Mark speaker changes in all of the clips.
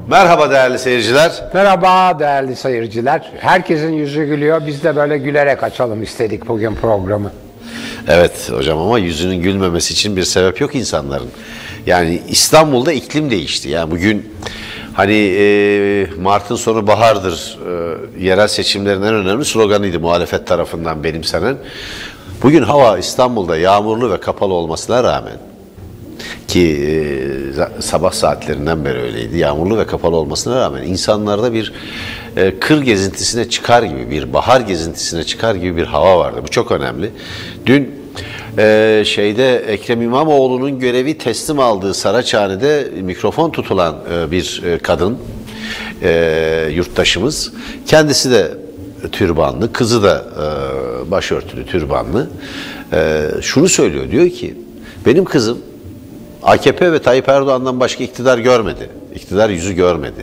Speaker 1: Merhaba değerli seyirciler.
Speaker 2: Merhaba değerli seyirciler. Herkesin yüzü gülüyor. Biz de böyle gülerek açalım istedik bugün programı.
Speaker 1: Evet hocam, ama yüzünün gülmemesi için bir sebep yok insanların. Yani İstanbul'da iklim değişti. Yani bugün Mart'ın sonu bahardır. Yerel seçimlerin en önemli sloganıydı muhalefet tarafından benimsenen. Bugün hava İstanbul'da yağmurlu ve kapalı olmasına rağmen, ki sabah saatlerinden beri öyleydi, yağmurlu ve kapalı olmasına rağmen insanlarda bir kır gezintisine çıkar gibi, bir bahar gezintisine çıkar gibi bir hava vardı. Bu çok önemli. Dün Ekrem İmamoğlu'nun görevi teslim aldığı Saraçhane'de mikrofon tutulan bir kadın, yurttaşımız, kendisi de türbanlı, kızı da başörtülü türbanlı, şunu söylüyor, diyor ki benim kızım AKP ve Tayyip Erdoğan'dan başka iktidar görmedi. İktidar yüzü görmedi.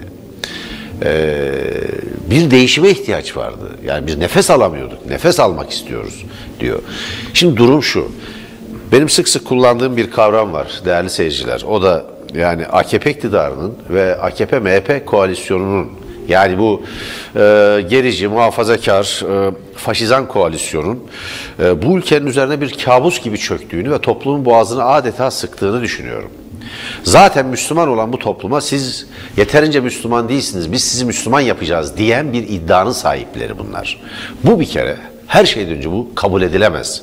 Speaker 1: Bir değişime ihtiyaç vardı. Yani biz nefes alamıyorduk. Nefes almak istiyoruz diyor. Şimdi durum şu. Benim sık sık kullandığım bir kavram var değerli seyirciler. O da yani AKP iktidarının ve AKP-MHP koalisyonunun, yani bu gerici, muhafazakar, faşizan koalisyonun bu ülkenin üzerine bir kabus gibi çöktüğünü ve toplumun boğazını adeta sıktığını düşünüyorum. Zaten Müslüman olan bu topluma siz yeterince Müslüman değilsiniz, biz sizi Müslüman yapacağız diyen bir iddianın sahipleri bunlar. Bu bir kere her şeyden önce bu kabul edilemez.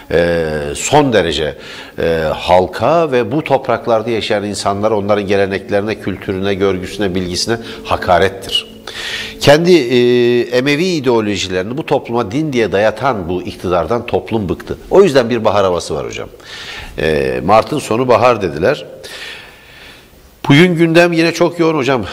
Speaker 1: Son derece halka ve bu topraklarda yaşayan insanlar, onların geleneklerine, kültürüne, görgüsüne, bilgisine hakarettir. Kendi Emevi ideolojilerini bu topluma din diye dayatan bu iktidardan toplum bıktı. O yüzden bir bahar havası var hocam. Mart'ın sonu bahar dediler. Bugün gündem yine çok yoğun hocam.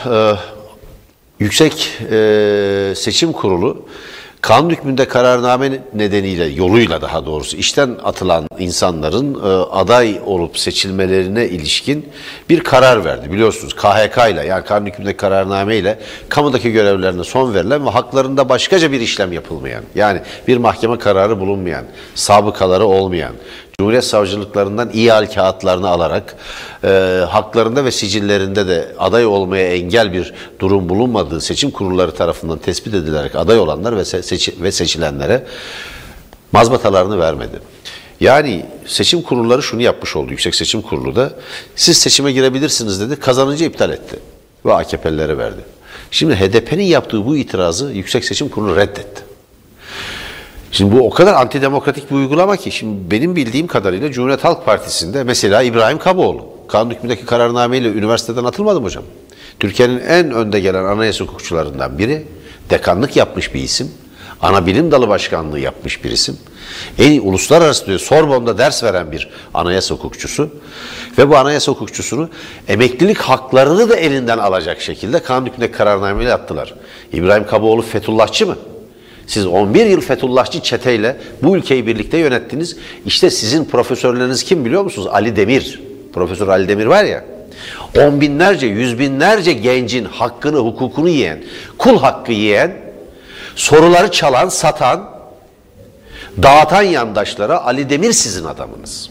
Speaker 1: Yüksek Seçim Kurulu kanun hükmünde kararname nedeniyle, yoluyla daha doğrusu işten atılan insanların aday olup seçilmelerine ilişkin bir karar verdi. Biliyorsunuz KHK ile, yani kanun hükmünde kararname ile kamudaki görevlerine son verilen ve haklarında başkaca bir işlem yapılmayan, yani bir mahkeme kararı bulunmayan, sabıkaları olmayan, Cumhuriyet savcılıklarından ihal kağıtlarını alarak haklarında ve sicillerinde de aday olmaya engel bir durum bulunmadığı seçim kurulları tarafından tespit edilerek aday olanlar ve seçilenlere mazbatalarını vermedi. Yani seçim kurulları şunu yapmış oldu, Yüksek Seçim Kurulu da siz seçime girebilirsiniz dedi, kazanınca iptal etti ve AKP'lilere verdi. Şimdi HDP'nin yaptığı bu itirazı Yüksek Seçim Kurulu reddetti. Şimdi bu o kadar antidemokratik bir uygulama ki, şimdi benim bildiğim kadarıyla Cumhuriyet Halk Partisi'nde mesela İbrahim Kaboğlu kanun hükmündeki kararnameyle üniversiteden atılmadı mı hocam? Türkiye'nin en önde gelen anayasa hukukçularından biri, dekanlık yapmış bir isim, ana bilim dalı başkanlığı yapmış bir isim, uluslararası diyor, Sorbonne'da ders veren bir anayasa hukukçusu ve bu anayasa hukukçusunu emeklilik haklarını da elinden alacak şekilde kanun hükmündeki kararnameyle attılar. İbrahim Kaboğlu Fethullahçı mı? Siz 11 yıl Fethullahçı çeteyle bu ülkeyi birlikte yönettiniz. İşte sizin profesörleriniz kim biliyor musunuz? Ali Demir. Profesör Ali Demir var ya. On binlerce, yüz binlerce gencin hakkını, hukukunu yiyen, kul hakkı yiyen, soruları çalan, satan, dağıtan yandaşlara Ali Demir sizin adamınız.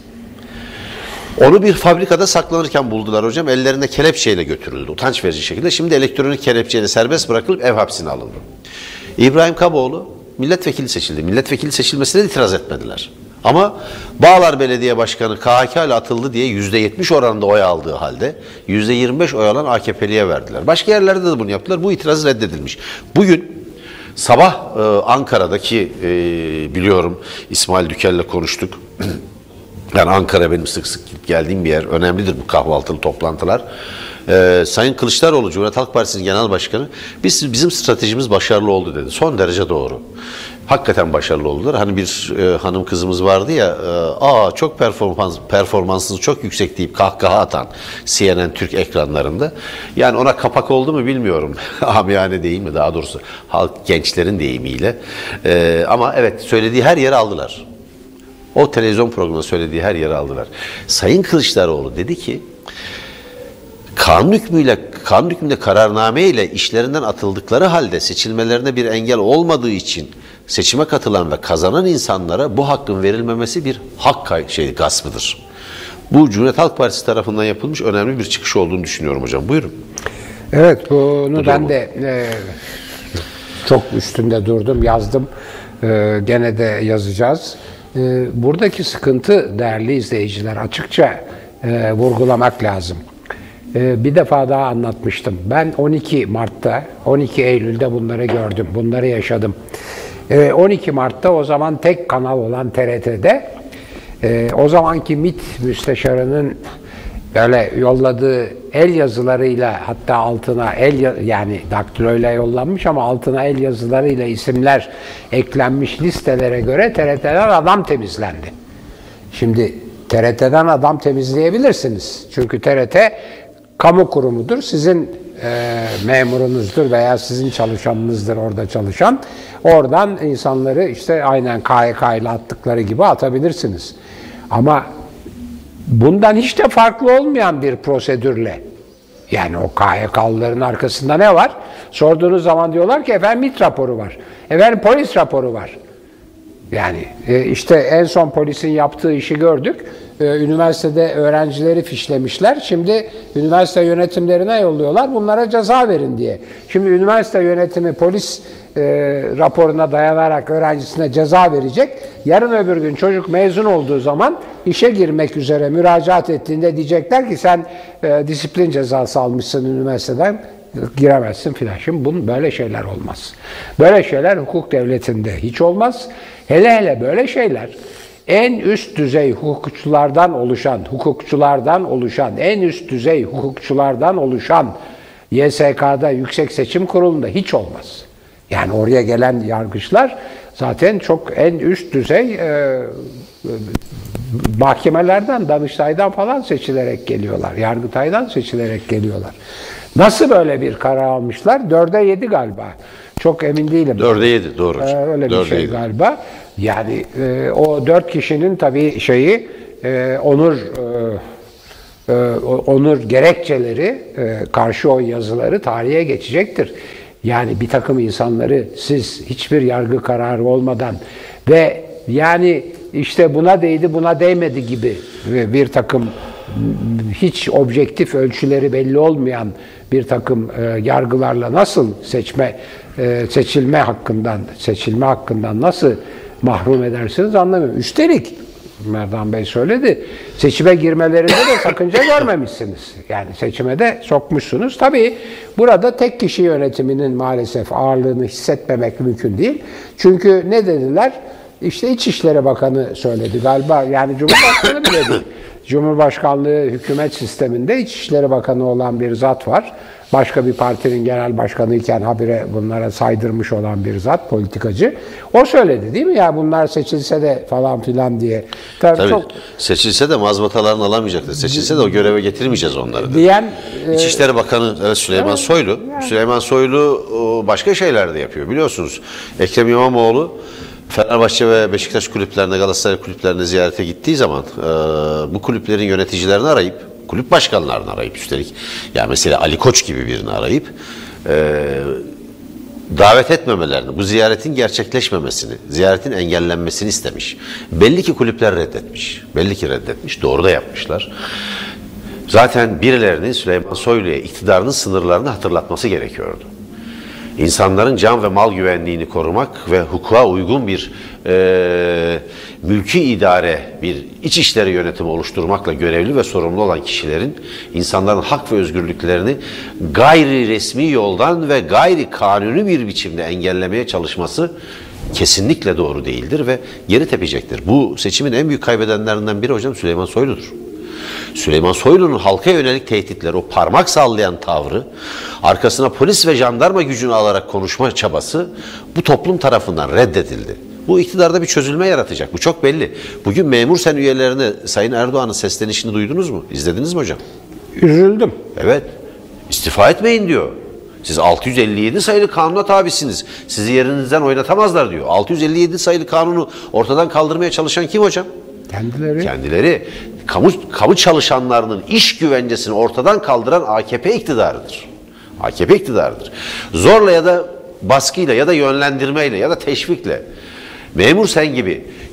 Speaker 1: Onu bir fabrikada saklanırken buldular hocam. Ellerinde kelepçeyle götürüldü. Utanç verici şekilde. Şimdi elektronik kelepçeyle serbest bırakılıp ev hapsine alındı. İbrahim Kaboğlu milletvekili seçildi. Milletvekili seçilmesine de itiraz etmediler. Ama Bağlar Belediye Başkanı KHK ile atıldı diye %70 oranında oy aldığı halde %25 oy alan AKP'liye verdiler. Başka yerlerde de bunu yaptılar. Bu itiraz reddedilmiş. Bugün sabah Ankara'daki biliyorum İsmail Dükel'le konuştuk. Yani Ankara benim sık sık geldiğim bir yer. Önemlidir bu kahvaltılı toplantılar. Sayın Kılıçdaroğlu, Cumhuriyet Halk Partisi'nin genel başkanı, bizim stratejimiz başarılı oldu dedi. Son derece doğru. Hakikaten başarılı oldular. Hani bir hanım kızımız vardı ya, çok performansınız çok yüksek deyip kahkaha atan CNN Türk ekranlarında. Yani ona kapak oldu mu bilmiyorum. Amiyane değil mi, daha doğrusu halk, gençlerin deyimiyle. Ama evet, söylediği her yeri aldılar. O televizyon programında söylediği her yeri aldılar. Sayın Kılıçdaroğlu dedi ki, kanun hükmünde kararname ile işlerinden atıldıkları halde seçilmelerine bir engel olmadığı için seçime katılan ve kazanan insanlara bu hakkın verilmemesi bir hak gaspıdır. Bu Cumhuriyet Halk Partisi tarafından yapılmış önemli bir çıkış olduğunu düşünüyorum hocam. Buyurun.
Speaker 2: Evet, bunu ben de çok üstünde durdum, yazdım. Gene de yazacağız. Buradaki sıkıntı değerli izleyiciler açıkça vurgulamak lazım. Bir defa daha anlatmıştım. Ben 12 Mart'ta, 12 Eylül'de bunları gördüm, bunları yaşadım. 12 Mart'ta o zaman tek kanal olan TRT'de o zamanki MİT müsteşarının böyle yolladığı el yazılarıyla, hatta altına yani daktiloyla yollanmış ama altına el yazılarıyla isimler eklenmiş listelere göre TRT'den adam temizlendi. Şimdi TRT'den adam temizleyebilirsiniz. Çünkü TRT kamu kurumudur. Sizin memurunuzdur veya sizin çalışanınızdır orada çalışan. Oradan insanları işte aynen KHK ile attıkları gibi atabilirsiniz. Ama bundan hiç de farklı olmayan bir prosedürle, yani o KHK'lıların arkasında ne var? Sorduğunuz zaman diyorlar ki efendim MİT raporu var. Efendim polis raporu var. Yani işte en son polisin yaptığı işi gördük. Üniversitede öğrencileri fişlemişler. Şimdi üniversite yönetimlerine yolluyorlar. Bunlara ceza verin diye. Şimdi üniversite yönetimi polis raporuna dayanarak öğrencisine ceza verecek. Yarın öbür gün çocuk mezun olduğu zaman işe girmek üzere müracaat ettiğinde diyecekler ki sen disiplin cezası almışsın üniversiteden, giremezsin filan. Şimdi böyle şeyler olmaz. Böyle şeyler hukuk devletinde hiç olmaz. Hele hele böyle şeyler en üst düzey hukukçulardan oluşan YSK'da, Yüksek Seçim Kurulu'nda hiç olmaz. Yani oraya gelen yargıçlar zaten çok en üst düzey mahkemelerden, Danıştay'dan falan seçilerek geliyorlar. Yargıtay'dan seçilerek geliyorlar. Nasıl böyle bir karar almışlar? 4'e 7 galiba. Çok emin değilim.
Speaker 1: 4'e 7 doğru.
Speaker 2: Öyle bir şey galiba. Yani o 4 kişinin tabii onur gerekçeleri, karşı oy yazıları tarihe geçecektir. Yani bir takım insanları siz hiçbir yargı kararı olmadan ve yani işte buna değdi buna değmedi gibi bir takım hiç objektif ölçüleri belli olmayan bir takım yargılarla nasıl seçilme hakkından nasıl mahrum edersiniz anlamıyorum. Üstelik Merdan Bey söyledi, seçime girmelerinde de sakınca görmemişsiniz. Yani seçime de sokmuşsunuz. Tabii burada tek kişi yönetiminin maalesef ağırlığını hissetmemek mümkün değil. Çünkü ne dediler? İşte İçişleri Bakanı söyledi galiba. Yani Cumhurbaşkanı bile değil. Cumhurbaşkanlığı hükümet sisteminde İçişleri Bakanı olan bir zat var. Başka bir partinin genel başkanıyken habire bunlara saydırmış olan bir zat, politikacı. O söyledi değil mi ya bunlar seçilse de falan filan diye.
Speaker 1: Tabii seçilse de mazbatalarını alamayacaktır. Seçilse de o göreve getirmeyeceğiz onları.
Speaker 2: Diyen
Speaker 1: İçişleri Bakanı evet, Süleyman Soylu. Yani. Süleyman Soylu başka şeyler de yapıyor biliyorsunuz. Ekrem İmamoğlu Fenerbahçe ve Beşiktaş kulüplerine, Galatasaray kulüplerine ziyarete gittiği zaman bu kulüplerin yöneticilerini arayıp, kulüp başkanlarını arayıp üstelik, yani mesela Ali Koç gibi birini arayıp davet etmemelerini, bu ziyaretin gerçekleşmemesini, ziyaretin engellenmesini istemiş. Belli ki kulüpler reddetmiş. Belli ki reddetmiş. Doğru da yapmışlar. Zaten birilerinin Süleyman Soylu'ya iktidarının sınırlarını hatırlatması gerekiyordu. İnsanların can ve mal güvenliğini korumak ve hukuka uygun bir mülki idare, bir içişleri yönetimi oluşturmakla görevli ve sorumlu olan kişilerin insanların hak ve özgürlüklerini gayri resmi yoldan ve gayri kanuni bir biçimde engellemeye çalışması kesinlikle doğru değildir ve geri tepecektir. Bu seçimin en büyük kaybedenlerinden biri hocam Süleyman Soylu'dur. Süleyman Soylu'nun halka yönelik tehditleri, o parmak sallayan tavrı, arkasına polis ve jandarma gücünü alarak konuşma çabası bu toplum tarafından reddedildi. Bu iktidarda bir çözülme yaratacak. Bu çok belli. Bugün memur sen üyelerine Sayın Erdoğan'ın seslenişini duydunuz mu? İzlediniz mi hocam?
Speaker 2: Üzüldüm.
Speaker 1: Evet. İstifa etmeyin diyor. Siz 657 sayılı kanuna tabisiniz. Sizi yerinizden oynatamazlar diyor. 657 sayılı kanunu ortadan kaldırmaya çalışan kim hocam?
Speaker 2: Kendileri.
Speaker 1: Kendileri. Kamu çalışanlarının iş güvencesini ortadan kaldıran AKP iktidarıdır. AKP iktidarıdır. Zorla ya da baskıyla ya da yönlendirmeyle ya da teşvikle memur sen gibi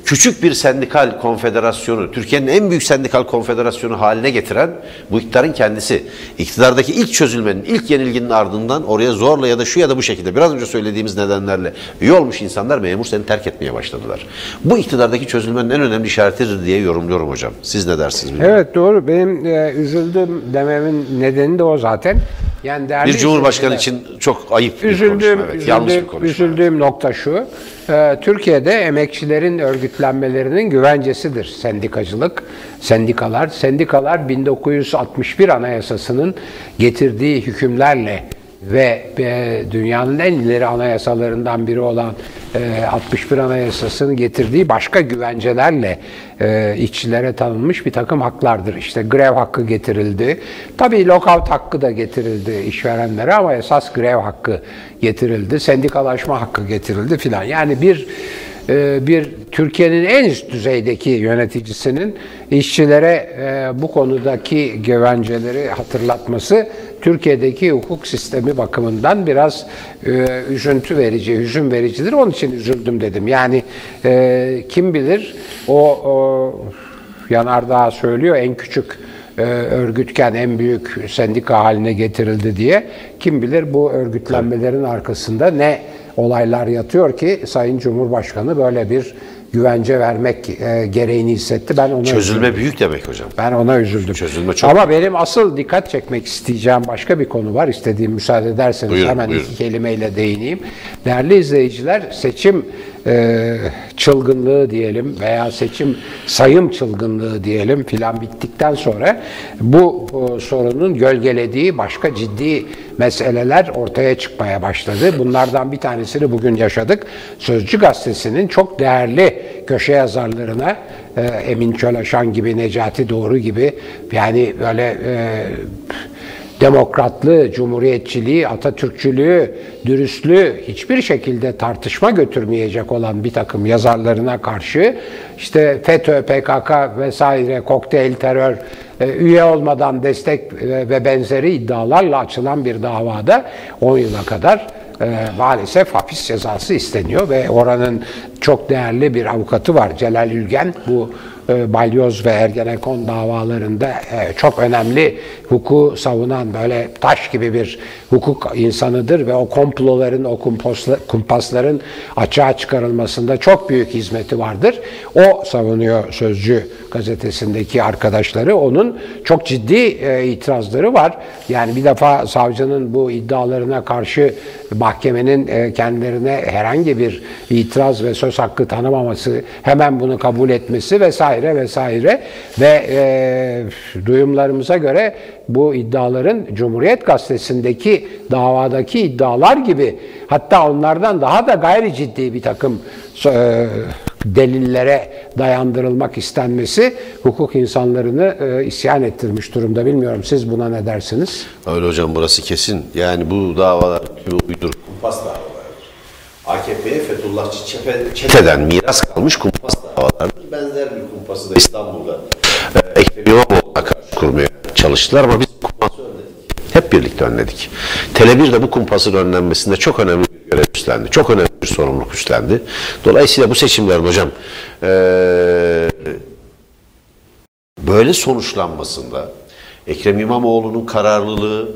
Speaker 1: küçük bir sendikal konfederasyonu, Türkiye'nin en büyük sendikal konfederasyonu haline getiren bu iktidarın kendisi. İktidardaki ilk çözülmenin, ilk yenilginin ardından oraya zorla ya da şu ya da bu şekilde biraz önce söylediğimiz nedenlerle üye olmuş insanlar memur seni terk etmeye başladılar. Bu iktidardaki çözülmenin en önemli işaretidir diye yorumluyorum hocam. Siz ne dersiniz bilmiyorum.
Speaker 2: Evet, doğru. Benim üzüldüm dememin nedeni de o zaten. Yani
Speaker 1: bir Cumhurbaşkanı için çok ayıp bir konuşma. Evet, yanlış bir konuşma.
Speaker 2: Üzüldüğüm nokta şu. Türkiye'de emekçilerin örgütlenmelerinin güvencesidir sendikacılık, sendikalar. Sendikalar 1961 Anayasası'nın getirdiği hükümlerle ve dünyanın en ileri anayasalarından biri olan 61 Anayasası'nın getirdiği başka güvencelerle işçilere tanınmış bir takım haklardır. İşte grev hakkı getirildi. Tabii lockout hakkı da getirildi işverenlere ama esas grev hakkı getirildi. Sendikalaşma hakkı getirildi filan. Yani bir Türkiye'nin en üst düzeydeki yöneticisinin işçilere bu konudaki güvenceleri hatırlatması Türkiye'deki hukuk sistemi bakımından biraz üzüntü verici, hüzün vericidir. Onun için üzüldüm dedim. Yani kim bilir o Yanardağ söylüyor en küçük örgütken en büyük sendika haline getirildi diye. Kim bilir bu örgütlenmelerin arkasında ne olaylar yatıyor ki Sayın Cumhurbaşkanı böyle bir güvence vermek gereğini hissetti. Ben ona
Speaker 1: çözülme
Speaker 2: üzüldüm.
Speaker 1: Büyük demek hocam.
Speaker 2: Ben ona üzüldüm.
Speaker 1: Çözülme çok.
Speaker 2: Ama benim asıl dikkat çekmek isteyeceğim başka bir konu var. İstediğim müsaade ederseniz
Speaker 1: buyurun.
Speaker 2: İki kelimeyle değineyim. Değerli izleyiciler, seçim çılgınlığı diyelim veya seçim sayım çılgınlığı diyelim filan bittikten sonra bu sorunun gölgelediği başka ciddi meseleler ortaya çıkmaya başladı. Bunlardan bir tanesini bugün yaşadık. Sözcü Gazetesi'nin çok değerli köşe yazarlarına Emin Çölaşan gibi, Necati Doğru gibi yani böyle demokratlığı, cumhuriyetçiliği, Atatürkçülüğü, dürüstlüğü hiçbir şekilde tartışma götürmeyecek olan bir takım yazarlarına karşı işte FETÖ, PKK vesaire, kokteyl terör, üye olmadan destek ve benzeri iddialarla açılan bir davada 10 yıla kadar maalesef hapis cezası isteniyor ve oranın çok değerli bir avukatı var, Celal Ülgen. Bu Balyoz ve Ergenekon davalarında çok önemli hukuku savunan böyle taş gibi bir hukuk insanıdır ve o komploların, o kumpasların açığa çıkarılmasında çok büyük hizmeti vardır. O savunuyor Sözcü gazetesindeki arkadaşları. Onun çok ciddi itirazları var. Yani bir defa savcının bu iddialarına karşı mahkemenin kendilerine herhangi bir itiraz ve söz hakkı tanımaması, hemen bunu kabul etmesi vesaire vesaire ve duyumlarımıza göre bu iddiaların Cumhuriyet Gazetesi'ndeki davadaki iddialar gibi, hatta onlardan daha da gayri ciddi bir takım delillere dayandırılmak istenmesi hukuk insanlarını isyan ettirmiş durumda. Bilmiyorum, siz buna ne dersiniz?
Speaker 1: Öyle hocam, burası kesin. Yani bu davalar uyduruk kumpas davalardır. AKP'ye Fethullahçı çeteden miras kalmış kumpas davalardır. Benzer bir kumpası da İstanbul'da Ekrem İmamoğlu'na karşı kurmaya çalıştılar ama biz kumpası önledik. Hep birlikte önledik. Tele1 de bu kumpasın önlenmesinde çok önemli bir görev üstlendi. Çok önemli bir sorumluluk üstlendi. Dolayısıyla bu seçimlerin hocam böyle sonuçlanmasında Ekrem İmamoğlu'nun kararlılığı,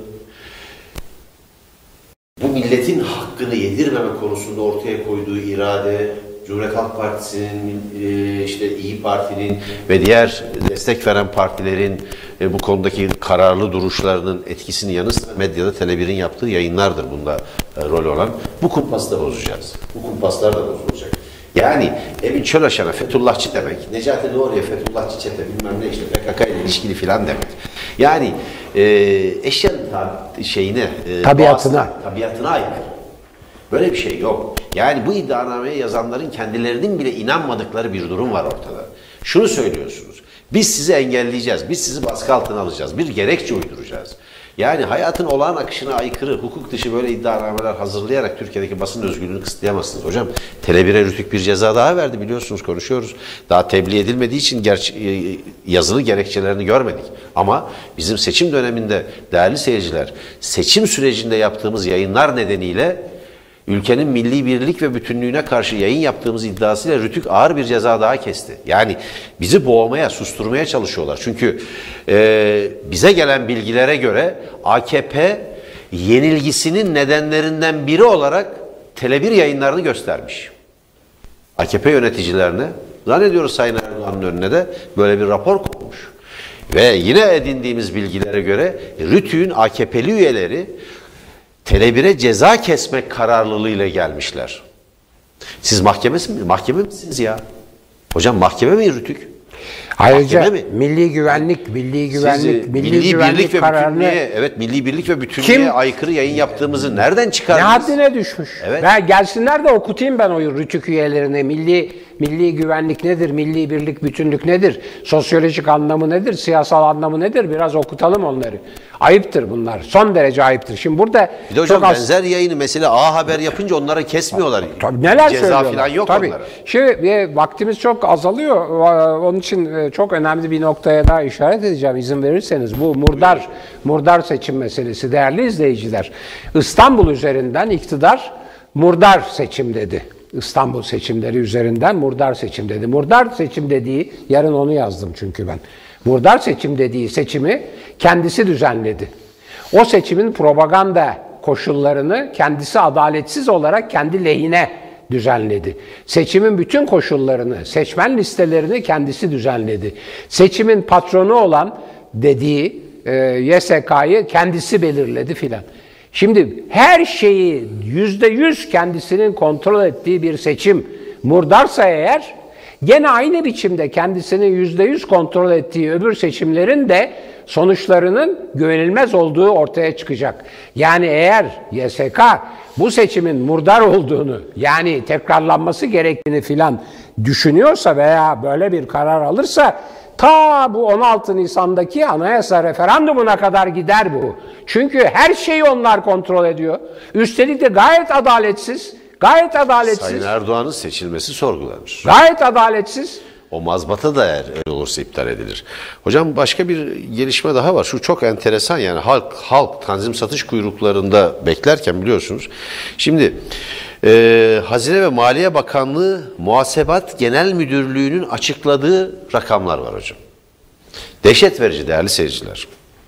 Speaker 1: bu milletin hakkını yedirmeme konusunda ortaya koyduğu irade, Cumhuriyet Halk Partisi'nin, işte İYİ Parti'nin ve diğer destek veren partilerin bu konudaki kararlı duruşlarının etkisinin yanı sıra medyada Tele1'in yaptığı yayınlardır bunda rol olan. Bu kumpası da bozacağız. Bu kumpaslar da bozulacak. Yani Emin Çölaşan'a Fethullahçı demek, Necati Doğru'ya Fethullahçı çete bilmem ne işte PKK ile ilişkili filan demek. Yani eşyanın tabiatına aykırı. Böyle bir şey yok. Yani bu iddianameyi yazanların kendilerinin bile inanmadıkları bir durum var ortada. Şunu söylüyorsunuz: biz sizi engelleyeceğiz, biz sizi baskı altına alacağız, bir gerekçe uyduracağız. Yani hayatın olağan akışına aykırı, hukuk dışı böyle iddianameler hazırlayarak Türkiye'deki basın özgürlüğünü kısıtlayamazsınız hocam. Tele1'e Rütük bir ceza daha verdi, biliyorsunuz, konuşuyoruz. Daha tebliğ edilmediği için yazılı gerekçelerini görmedik. Ama bizim seçim döneminde değerli seyirciler, seçim sürecinde yaptığımız yayınlar nedeniyle ülkenin milli birlik ve bütünlüğüne karşı yayın yaptığımız iddiasıyla Rütük ağır bir ceza daha kesti. Yani bizi boğmaya, susturmaya çalışıyorlar. Çünkü bize gelen bilgilere göre AKP yenilgisinin nedenlerinden biri olarak Tele1 yayınlarını göstermiş. AKP yöneticilerine, zannediyoruz Sayın Erdoğan'ın önüne de böyle bir rapor konmuş. Ve yine edindiğimiz bilgilere göre Rütük'ün AKP'li üyeleri Tele1'e ceza kesmek kararlılığıyla gelmişler. Siz mahkeme misiniz ya? Hocam mahkeme mi Rütük?
Speaker 2: Ayrıca milli güvenlik kararını,
Speaker 1: evet, milli birlik ve bütünlüğe aykırı yayın yaptığımızı nereden çıkardınız?
Speaker 2: Ne haddine düşmüş.
Speaker 1: Evet.
Speaker 2: Ve gelsinler de okutayım ben o Rütük üyelerine. Milli güvenlik nedir? Milli birlik, bütünlük nedir? Sosyolojik anlamı nedir? Siyasal anlamı nedir? Biraz okutalım onları. Ayıptır bunlar. Son derece ayıptır. Şimdi burada
Speaker 1: bir de hocam benzer yayını mesela A Haber yapınca onlara kesmiyorlar.
Speaker 2: Tabii neler
Speaker 1: ceza falan yok
Speaker 2: tabii.
Speaker 1: onlara.
Speaker 2: Şimdi vaktimiz çok azalıyor. Onun için çok önemli bir noktaya daha işaret edeceğim izin verirseniz. Bu murdar seçim meselesi değerli izleyiciler. İstanbul üzerinden iktidar murdar seçim dedi. İstanbul seçimleri üzerinden murdar seçim dedi. Murdar seçim dediği, yarın onu yazdım çünkü ben. Murdar seçim dediği seçimi kendisi düzenledi. O seçimin propaganda koşullarını kendisi adaletsiz olarak kendi lehine düzenledi. Seçimin bütün koşullarını, seçmen listelerini kendisi düzenledi. Seçimin patronu olan dediği YSK'yı kendisi belirledi filan. Şimdi her şeyi %100 kendisinin kontrol ettiği bir seçim murdarsa eğer, gene aynı biçimde kendisinin %100 kontrol ettiği öbür seçimlerin de sonuçlarının güvenilmez olduğu ortaya çıkacak. Yani eğer YSK bu seçimin murdar olduğunu, yani tekrarlanması gerektiğini filan düşünüyorsa veya böyle bir karar alırsa, ta bu 16 Nisan'daki anayasa referandumuna kadar gider bu. Çünkü her şeyi onlar kontrol ediyor. Üstelik de gayet adaletsiz.
Speaker 1: Sayın Erdoğan'ın seçilmesi sorgulanır.
Speaker 2: Gayet adaletsiz.
Speaker 1: O mazbata da eğer öyle olursa iptal edilir. Hocam başka bir gelişme daha var. Şu çok enteresan, yani halk tanzim satış kuyruklarında beklerken biliyorsunuz. Şimdi Hazine ve Maliye Bakanlığı Muhasebat Genel Müdürlüğü'nün açıkladığı rakamlar var hocam. Dehşet verici değerli seyirciler.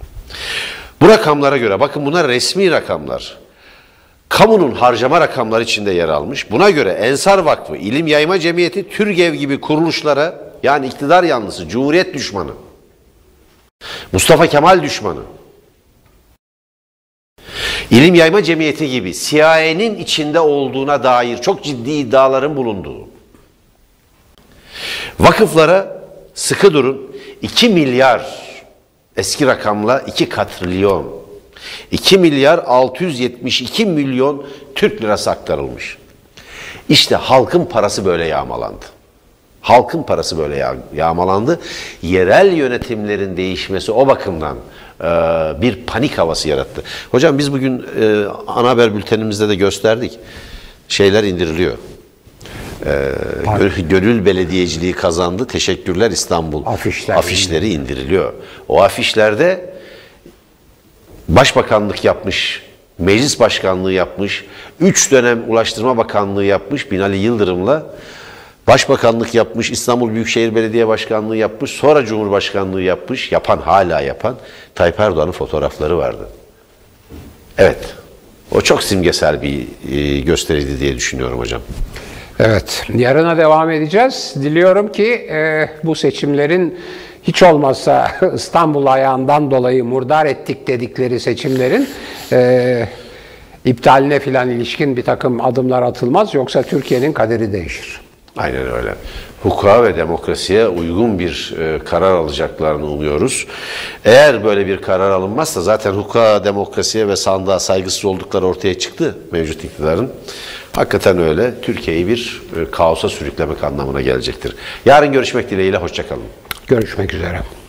Speaker 1: Bu rakamlara göre, bakın bunlar resmi rakamlar. Kamunun harcama rakamları içinde yer almış. Buna göre Ensar Vakfı, İlim Yayma Cemiyeti, TÜRGEV gibi kuruluşlara, yani iktidar yanlısı, Cumhuriyet düşmanı, Mustafa Kemal düşmanı, İlim Yayma Cemiyeti gibi CIA'nin içinde olduğuna dair çok ciddi iddiaların bulunduğu vakıflara, sıkı durun, 2 milyar, eski rakamla 2 katrilyon, 2 milyar 672 milyon Türk lirası aktarılmış. İşte halkın parası böyle yağmalandı. Halkın parası böyle yağmalandı. Yerel yönetimlerin değişmesi o bakımdan bir panik havası yarattı. Hocam biz bugün ana haber bültenimizde de gösterdik. Şeyler indiriliyor. Gönül belediyeciliği kazandı. Teşekkürler İstanbul. Afişleri indiriliyor. O afişlerde Başbakanlık yapmış, meclis başkanlığı yapmış, 3 dönem Ulaştırma Bakanlığı yapmış Binali Yıldırım'la, başbakanlık yapmış, İstanbul Büyükşehir Belediye Başkanlığı yapmış, sonra Cumhurbaşkanlığı yapmış, hala yapan Tayyip Erdoğan'ın fotoğrafları vardı. Evet, o çok simgesel bir gösteriydi diye düşünüyorum hocam.
Speaker 2: Evet, yarına devam edeceğiz. Diliyorum ki bu seçimlerin hiç olmazsa İstanbul ayağından dolayı murdar ettik dedikleri seçimlerin iptaline filan ilişkin bir takım adımlar atılmaz. Yoksa Türkiye'nin kaderi değişir.
Speaker 1: Aynen öyle. Hukuka ve demokrasiye uygun bir karar alacaklarını umuyoruz. Eğer böyle bir karar alınmazsa zaten hukuka, demokrasiye ve sandığa saygısız oldukları ortaya çıktı mevcut iktidarın. Hakikaten öyle. Türkiye'yi bir kaosa sürüklemek anlamına gelecektir. Yarın görüşmek dileğiyle. Hoşça kalın.
Speaker 2: Görüşmek üzere.